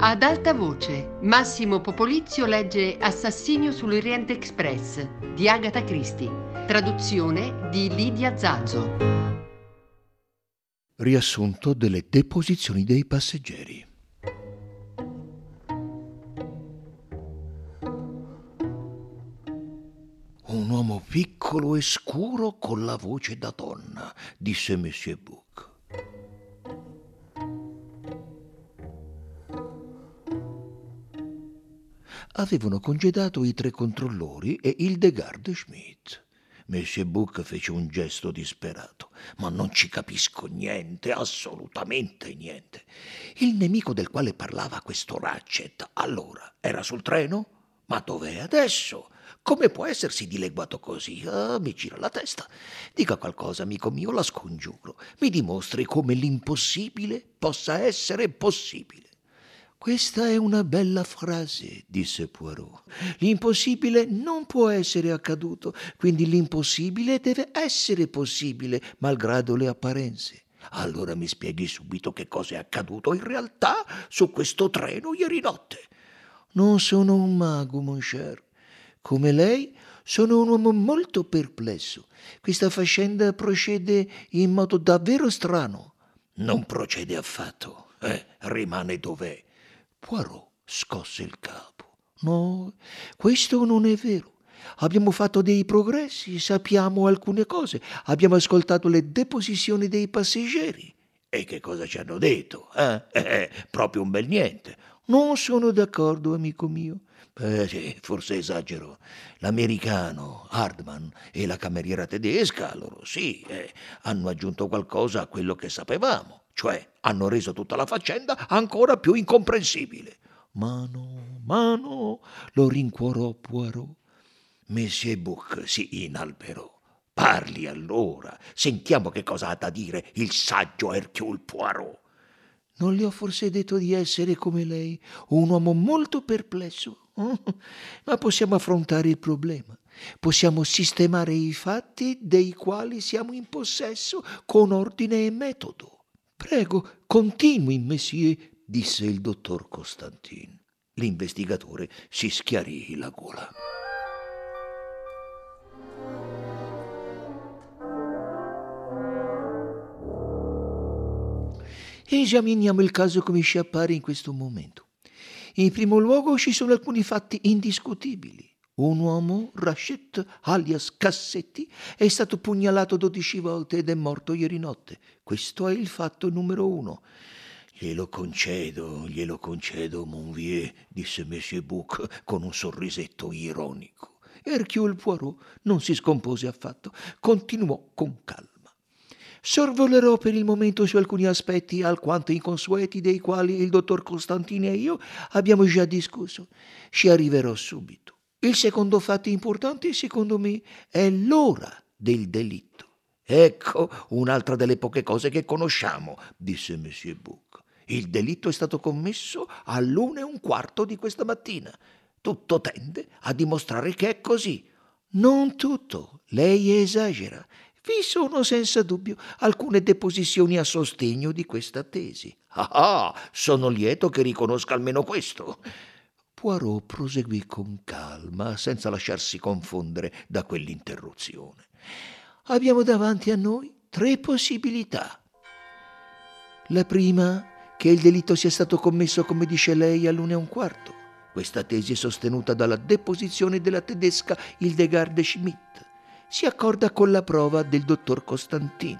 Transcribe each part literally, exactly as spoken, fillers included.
Ad alta voce, Massimo Popolizio legge Assassinio sull'Oriente Express di Agatha Christie, traduzione di Lidia Zazzo. Riassunto delle deposizioni dei passeggeri. Un uomo piccolo e scuro con la voce da donna, disse Monsieur Bouc. Avevano congedato i tre controllori e il de Garde Schmidt. Monsieur Bouc fece un gesto disperato. Ma non ci capisco niente, assolutamente niente. Il nemico del quale parlava questo Ratchet, allora, era sul treno? Ma dov'è adesso? Come può essersi dileguato così? Ah, mi gira la testa. Dica qualcosa, amico mio, la scongiuro. Mi dimostri come l'impossibile possa essere possibile. Questa è una bella frase, disse Poirot. L'impossibile non può essere accaduto, quindi l'impossibile deve essere possibile, malgrado le apparenze. Allora mi spieghi subito che cosa è accaduto in realtà su questo treno ieri notte. Non sono un mago, mon cher. Come lei, sono un uomo molto perplesso. Questa faccenda procede in modo davvero strano. Non procede affatto, eh, rimane dov'è. Poirot scosse il capo. No, questo non è vero. Abbiamo fatto dei progressi, sappiamo alcune cose, abbiamo ascoltato le deposizioni dei passeggeri. E che cosa ci hanno detto? Eh? Eh, proprio un bel niente. Non sono d'accordo, amico mio. Eh sì, forse esagero. L'americano, Hardman, e la cameriera tedesca, loro sì, eh, hanno aggiunto qualcosa a quello che sapevamo. Cioè, hanno reso tutta la faccenda ancora più incomprensibile. Ma no, ma no, lo rincuorò Poirot. Monsieur Bouc si inalberò. Parli allora, sentiamo che cosa ha da dire il saggio Hercule Poirot. Non le ho forse detto di essere come lei, un uomo molto perplesso? Ma possiamo affrontare il problema. Possiamo sistemare i fatti dei quali siamo in possesso con ordine e metodo. Prego, continui, monsieur, disse il dottor Costantin. L'investigatore si schiarì la gola. Esaminiamo il caso come ci appare in questo momento. In primo luogo ci sono alcuni fatti indiscutibili. Un uomo, Ratchet, alias Cassetti, è stato pugnalato dodici volte ed è morto ieri notte. Questo è il fatto numero uno. Glielo concedo, glielo concedo, mon vieux, disse Monsieur Bouc con un sorrisetto ironico. Hercule Poirot non si scompose affatto, continuò con calma. Sorvolerò per il momento su alcuni aspetti alquanto inconsueti dei quali il dottor Costantini e io abbiamo già discusso. Ci arriverò subito. Il secondo fatto importante, secondo me, è l'ora del delitto. Ecco un'altra delle poche cose che conosciamo, disse Monsieur Bouc. Il delitto è stato commesso all'una e un quarto di questa mattina. Tutto tende a dimostrare che è così. Non tutto, lei esagera. Vi sono senza dubbio alcune deposizioni a sostegno di questa tesi. Ah, ah, sono lieto che riconosca almeno questo. Poirot proseguì con calma, senza lasciarsi confondere da quell'interruzione. Abbiamo davanti a noi tre possibilità. La prima, che il delitto sia stato commesso, come dice lei, all'una e un quarto. Questa tesi è sostenuta dalla deposizione della tedesca Hildegard Schmidt. Si accorda con la prova del dottor Costantin.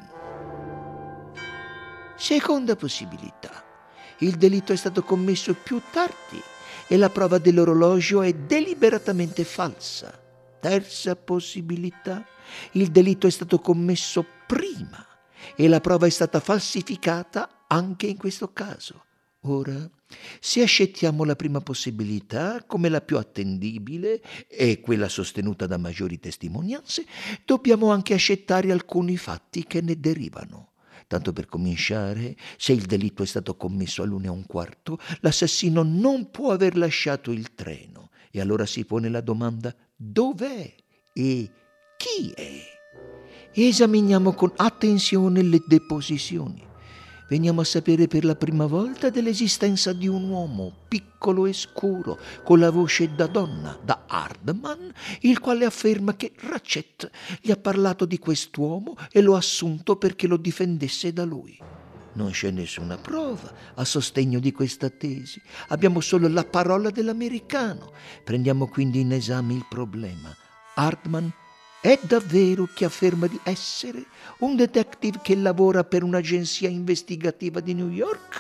Seconda possibilità. Il delitto è stato commesso più tardi e la prova dell'orologio è deliberatamente falsa. Terza possibilità. Il delitto è stato commesso prima e la prova è stata falsificata anche in questo caso. Ora, se accettiamo la prima possibilità come la più attendibile e quella sostenuta da maggiori testimonianze, dobbiamo anche accettare alcuni fatti che ne derivano. Tanto per cominciare, se il delitto è stato commesso all'una e un quarto, l'assassino non può aver lasciato il treno. E allora si pone la domanda: dov'è e chi è? Esaminiamo con attenzione le deposizioni. Veniamo a sapere per la prima volta dell'esistenza di un uomo piccolo e scuro, con la voce da donna, da Hardman, il quale afferma che Ratchet gli ha parlato di quest'uomo e lo ha assunto perché lo difendesse da lui. Non c'è nessuna prova a sostegno di questa tesi, abbiamo solo la parola dell'americano. Prendiamo quindi in esame il problema. Hardman è davvero chi afferma di essere un detective che lavora per un'agenzia investigativa di New York?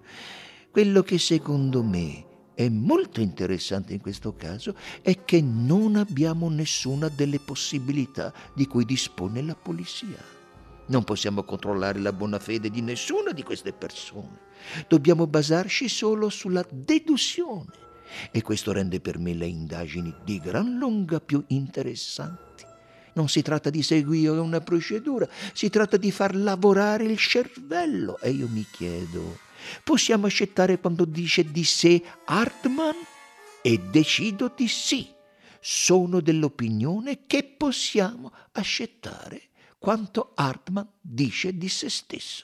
Quello che secondo me è molto interessante in questo caso è che non abbiamo nessuna delle possibilità di cui dispone la polizia. Non possiamo controllare la buona fede di nessuna di queste persone. Dobbiamo basarci solo sulla deduzione. E questo rende per me le indagini di gran lunga più interessanti. Non si tratta di seguire una procedura, si tratta di far lavorare il cervello. E io mi chiedo, possiamo accettare quando dice di sé Hardman? E decido di sì. Sono dell'opinione che possiamo accettare quanto Hardman dice di se stesso.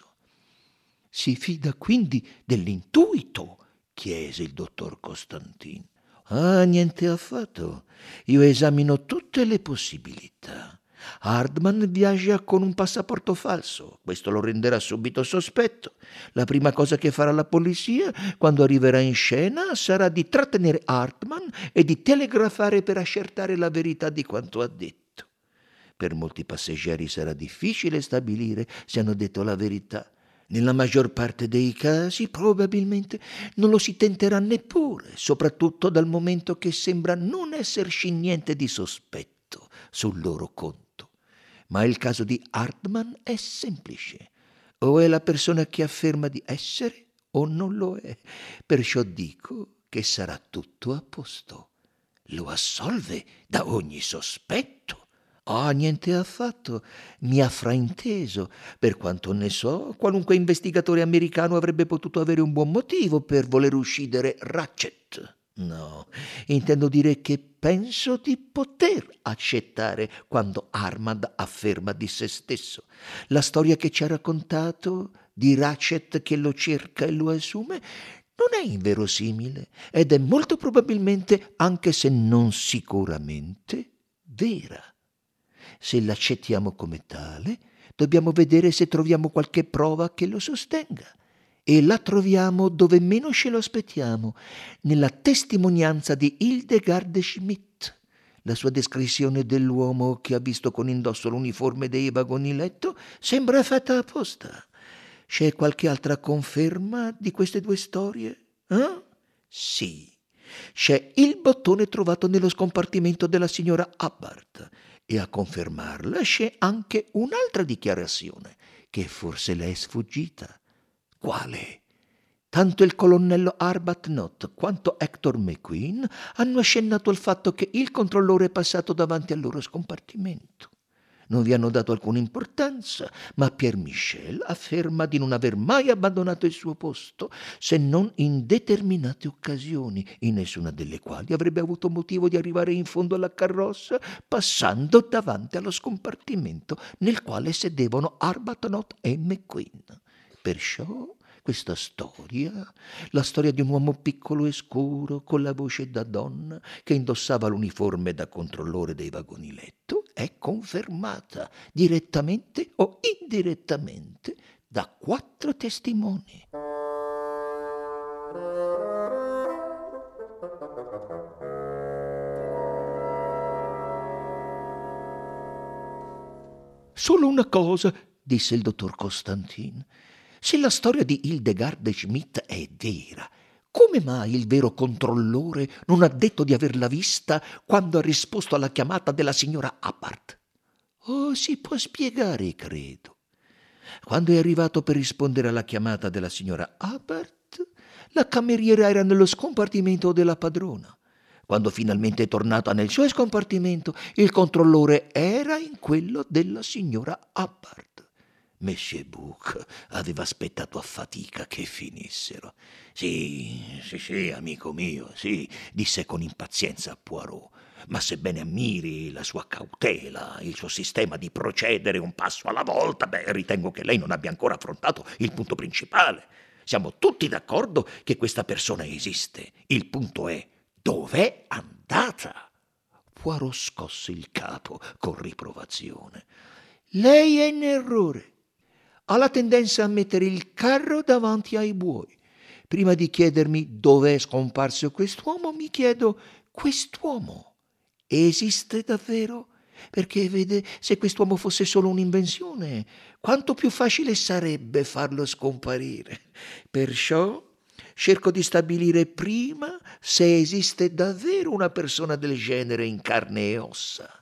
Si fida quindi dell'intuito? Chiese il dottor Costantin. Ah, niente affatto. Io esamino tutte le possibilità. Hardman viaggia con un passaporto falso. Questo lo renderà subito sospetto. La prima cosa che farà la polizia quando arriverà in scena sarà di trattenere Hardman e di telegrafare per accertare la verità di quanto ha detto. Per molti passeggeri sarà difficile stabilire se hanno detto la verità. Nella maggior parte dei casi probabilmente non lo si tenterà neppure, soprattutto dal momento che sembra non esserci niente di sospetto sul loro conto. Ma il caso di Hardman è semplice. O è la persona che afferma di essere o non lo è. Perciò dico che sarà tutto a posto. Lo assolve da ogni sospetto. Ah, niente affatto, mi ha frainteso. Per quanto ne so, qualunque investigatore americano avrebbe potuto avere un buon motivo per voler uccidere Ratchet. No, intendo dire che penso di poter accettare quando Hardman afferma di se stesso. La storia che ci ha raccontato di Ratchet che lo cerca e lo assume non è inverosimile ed è molto probabilmente, anche se non sicuramente, vera. Se l'accettiamo come tale, dobbiamo vedere se troviamo qualche prova che lo sostenga. E la troviamo dove meno ce lo aspettiamo, nella testimonianza di Hildegard Schmidt. La sua descrizione dell'uomo che ha visto con indosso l'uniforme dei vagoni letto sembra fatta apposta. C'è qualche altra conferma di queste due storie? Eh? Sì. C'è il bottone trovato nello scompartimento della signora Hubbard. E a confermarla c'è anche un'altra dichiarazione che forse le è sfuggita. Quale? Tanto il colonnello Arbuthnot quanto Hector McQueen hanno accennato al fatto che il controllore è passato davanti al loro scompartimento. Non vi hanno dato alcuna importanza, ma Pierre Michel afferma di non aver mai abbandonato il suo posto, se non in determinate occasioni, in nessuna delle quali avrebbe avuto motivo di arrivare in fondo alla carrozza passando davanti allo scompartimento nel quale sedevano Arbuthnot e McQueen. Perciò questa storia, la storia di un uomo piccolo e scuro con la voce da donna che indossava l'uniforme da controllore dei vagoni letto, è confermata direttamente o indirettamente da quattro testimoni. Solo una cosa, disse il dottor Costantin. Se la storia di Hildegard Schmidt è vera, come mai il vero controllore non ha detto di averla vista quando ha risposto alla chiamata della signora Hubbard? Oh, si può spiegare, credo. Quando è arrivato per rispondere alla chiamata della signora Hubbard, la cameriera era nello scompartimento della padrona. Quando finalmente è tornata nel suo scompartimento, il controllore era in quello della signora Hubbard. Monsieur Bouc aveva aspettato a fatica che finissero. Sì, sì, sì, amico mio, sì, disse con impazienza Poirot. ma sebbene ammiri la sua cautela, il suo sistema di procedere un passo alla volta, beh, ritengo che lei non abbia ancora affrontato il punto principale. Siamo tutti d'accordo che questa persona esiste. Il punto è: dov'è andata? Poirot scosse il capo con riprovazione. Lei è in errore. Ha la tendenza a mettere il carro davanti ai buoi. Prima di chiedermi dov'è scomparso quest'uomo, mi chiedo: quest'uomo esiste davvero? Perché, vede, se quest'uomo fosse solo un'invenzione, quanto più facile sarebbe farlo scomparire. Perciò cerco di stabilire prima se esiste davvero una persona del genere in carne e ossa.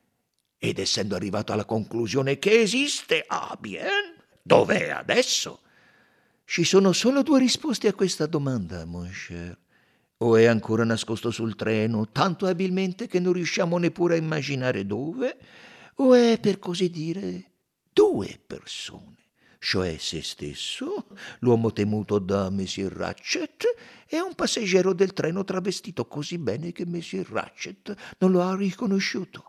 Ed essendo arrivato alla conclusione che esiste, ah bien, dov'è adesso? Ci sono solo due risposte a questa domanda, mon cher. O è ancora nascosto sul treno, tanto abilmente che non riusciamo neppure a immaginare dove, o è, per così dire, due persone, cioè se stesso, l'uomo temuto da Monsieur Ratchet, e un passeggero del treno travestito così bene che Monsieur Ratchet non lo ha riconosciuto.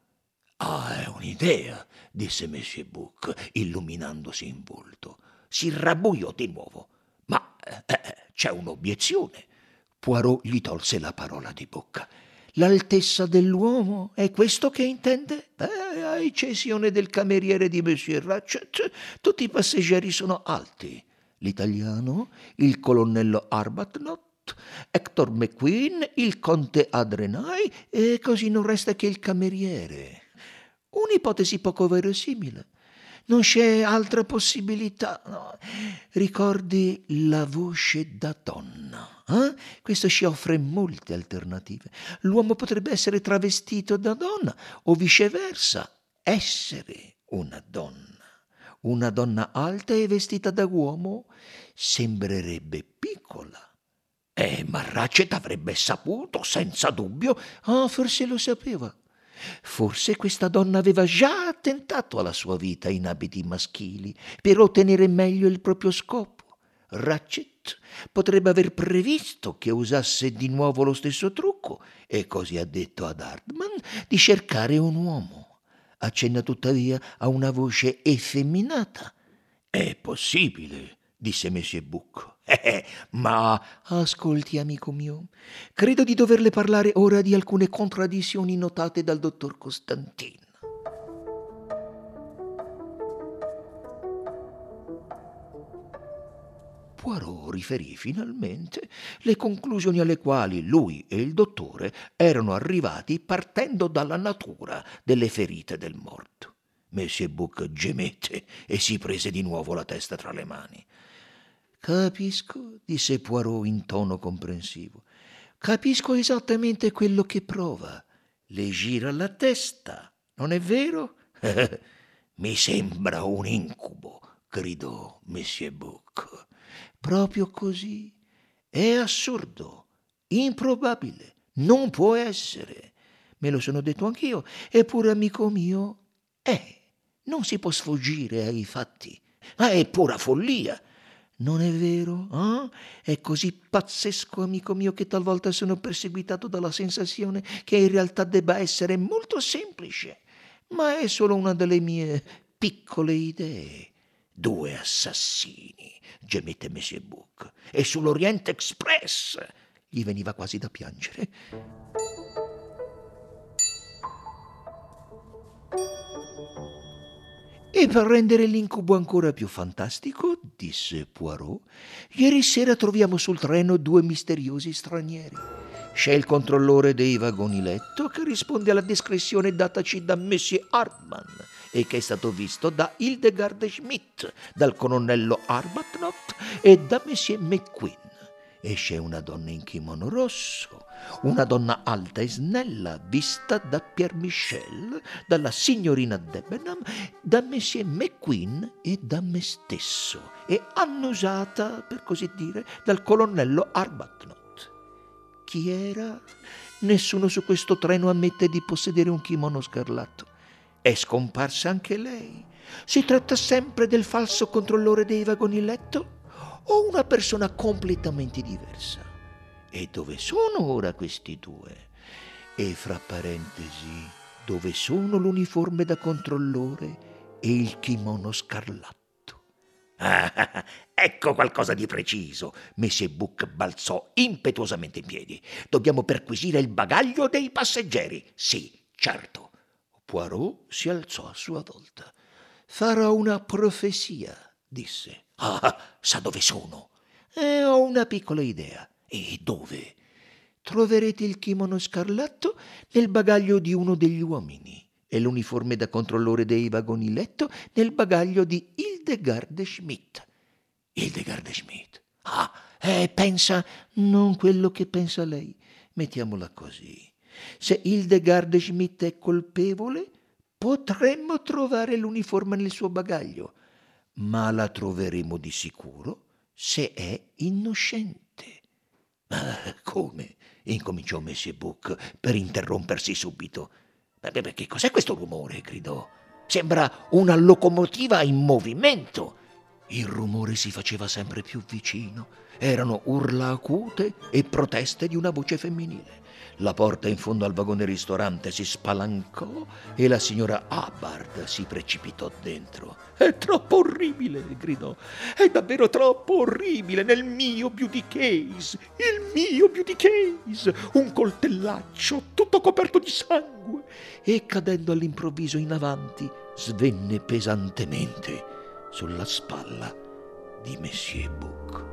Ah, è un'idea, disse Monsieur Buck, illuminandosi in volto. Si rabbuiò di nuovo. Ma eh, c'è un'obiezione. Poirot gli tolse la parola di bocca. L'altezza dell'uomo, è questo che intende? Eh, a eccezione del cameriere di Monsieur Ratchet, tutti i passeggeri sono alti. L'italiano, il colonnello Arbuthnot, Hector McQueen, il conte Adrenai, e così non resta che il cameriere. Un'ipotesi poco verosimile. Non c'è altra possibilità. No. Ricordi la voce da donna. Eh? Questo ci offre molte alternative. L'uomo potrebbe essere travestito da donna o viceversa, essere una donna. Una donna alta e vestita da uomo sembrerebbe piccola. Eh, ma Ratchet avrebbe saputo, senza dubbio. Ah, forse lo sapeva. Forse questa donna aveva già attentato alla sua vita in abiti maschili per ottenere meglio il proprio scopo. Ratchet potrebbe aver previsto che usasse di nuovo lo stesso trucco e così ha detto ad Hardman di cercare un uomo. Accenna tuttavia a una voce effeminata. È possibile, disse Monsieur Buck. Eh, ma ascolti, amico mio, credo di doverle parlare ora di alcune contraddizioni notate dal dottor Constantin. Poirot riferì finalmente le conclusioni alle quali lui e il dottore erano arrivati partendo dalla natura delle ferite del morto. Monsieur Buck gemette e si prese di nuovo la testa tra le mani. Capisco, disse Poirot in tono comprensivo. Capisco esattamente quello che prova. Le gira la testa, non è vero? Mi sembra un incubo, gridò Monsieur Buck. Proprio così. È assurdo, improbabile, non può essere. Me lo sono detto anch'io, eppure, amico mio, è. Non si può sfuggire ai fatti. Ma è pura follia. Non è vero? Eh? È così pazzesco, amico mio, che talvolta sono perseguitato dalla sensazione che in realtà debba essere molto semplice, ma è solo una delle mie piccole idee. Due assassini, gemette Monsieur Buck, e sull'Orient Express. Gli veniva quasi da piangere. E per rendere l'incubo ancora più fantastico, disse Poirot, ieri sera troviamo sul treno due misteriosi stranieri. C'è il controllore dei vagoni letto che risponde alla descrizione dataci da Monsieur Hardman e che è stato visto da Hildegard Schmidt, dal colonnello Arbuthnot e da Monsieur McQueen. E c'è una donna in kimono rosso, una donna alta e snella, vista da Pierre Michel, dalla signorina Debenham, da Monsieur McQueen e da me stesso, e annusata, per così dire, dal colonnello Arbuthnot. Chi era? Nessuno su questo treno ammette di possedere un kimono scarlatto. È scomparsa anche lei. Si tratta sempre del falso controllore dei vagoni letto o una persona completamente diversa? E dove sono ora questi due? E fra parentesi, dove sono l'uniforme da controllore e il kimono scarlatto? Ah, ecco qualcosa di preciso. Monsieur Buck balzò impetuosamente in piedi. Dobbiamo perquisire il bagaglio dei passeggeri. Sì, certo. Poirot si alzò a sua volta. Farò una profezia, disse. Ah, sa dove sono? Eh, ho una piccola idea. E dove? Troverete il kimono scarlatto nel bagaglio di uno degli uomini e l'uniforme da controllore dei vagoni letto nel bagaglio di Hildegard Schmidt. Hildegard Schmidt? Ah, eh, pensa, non quello che pensa lei. Mettiamola così. Se Hildegard Schmidt è colpevole, potremmo trovare l'uniforme nel suo bagaglio, ma la troveremo di sicuro se è innocente. Ah, come? Incominciò Monsieur Buck per interrompersi subito. Beh, che cos'è questo rumore? Gridò. Sembra una locomotiva in movimento. Il rumore si faceva sempre più vicino. Erano urla acute e proteste di una voce femminile. La porta in fondo al vagone ristorante si spalancò e la signora Hubbard si precipitò dentro. È troppo orribile, gridò. È davvero troppo orribile nel mio beauty case. Il mio beauty case. Un coltellaccio tutto coperto di sangue. E cadendo all'improvviso in avanti, svenne pesantemente sulla spalla di Monsieur Buck.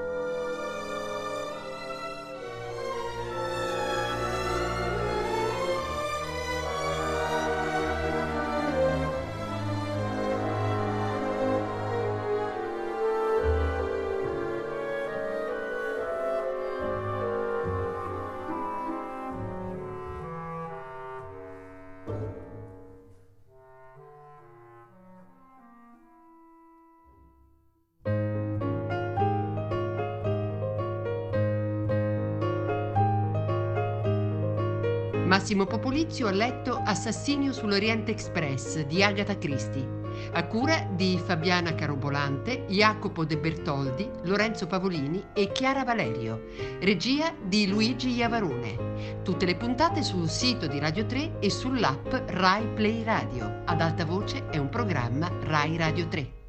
Massimo Popolizio ha letto Assassinio sull'Oriente Express di Agatha Christie, a cura di Fabiana Carobolante, Jacopo De Bertoldi, Lorenzo Pavolini e Chiara Valerio, regia di Luigi Iavarone. Tutte le puntate sul sito di Radio tre e sull'app Rai Play Radio. Ad alta voce è un programma Rai Radio tre.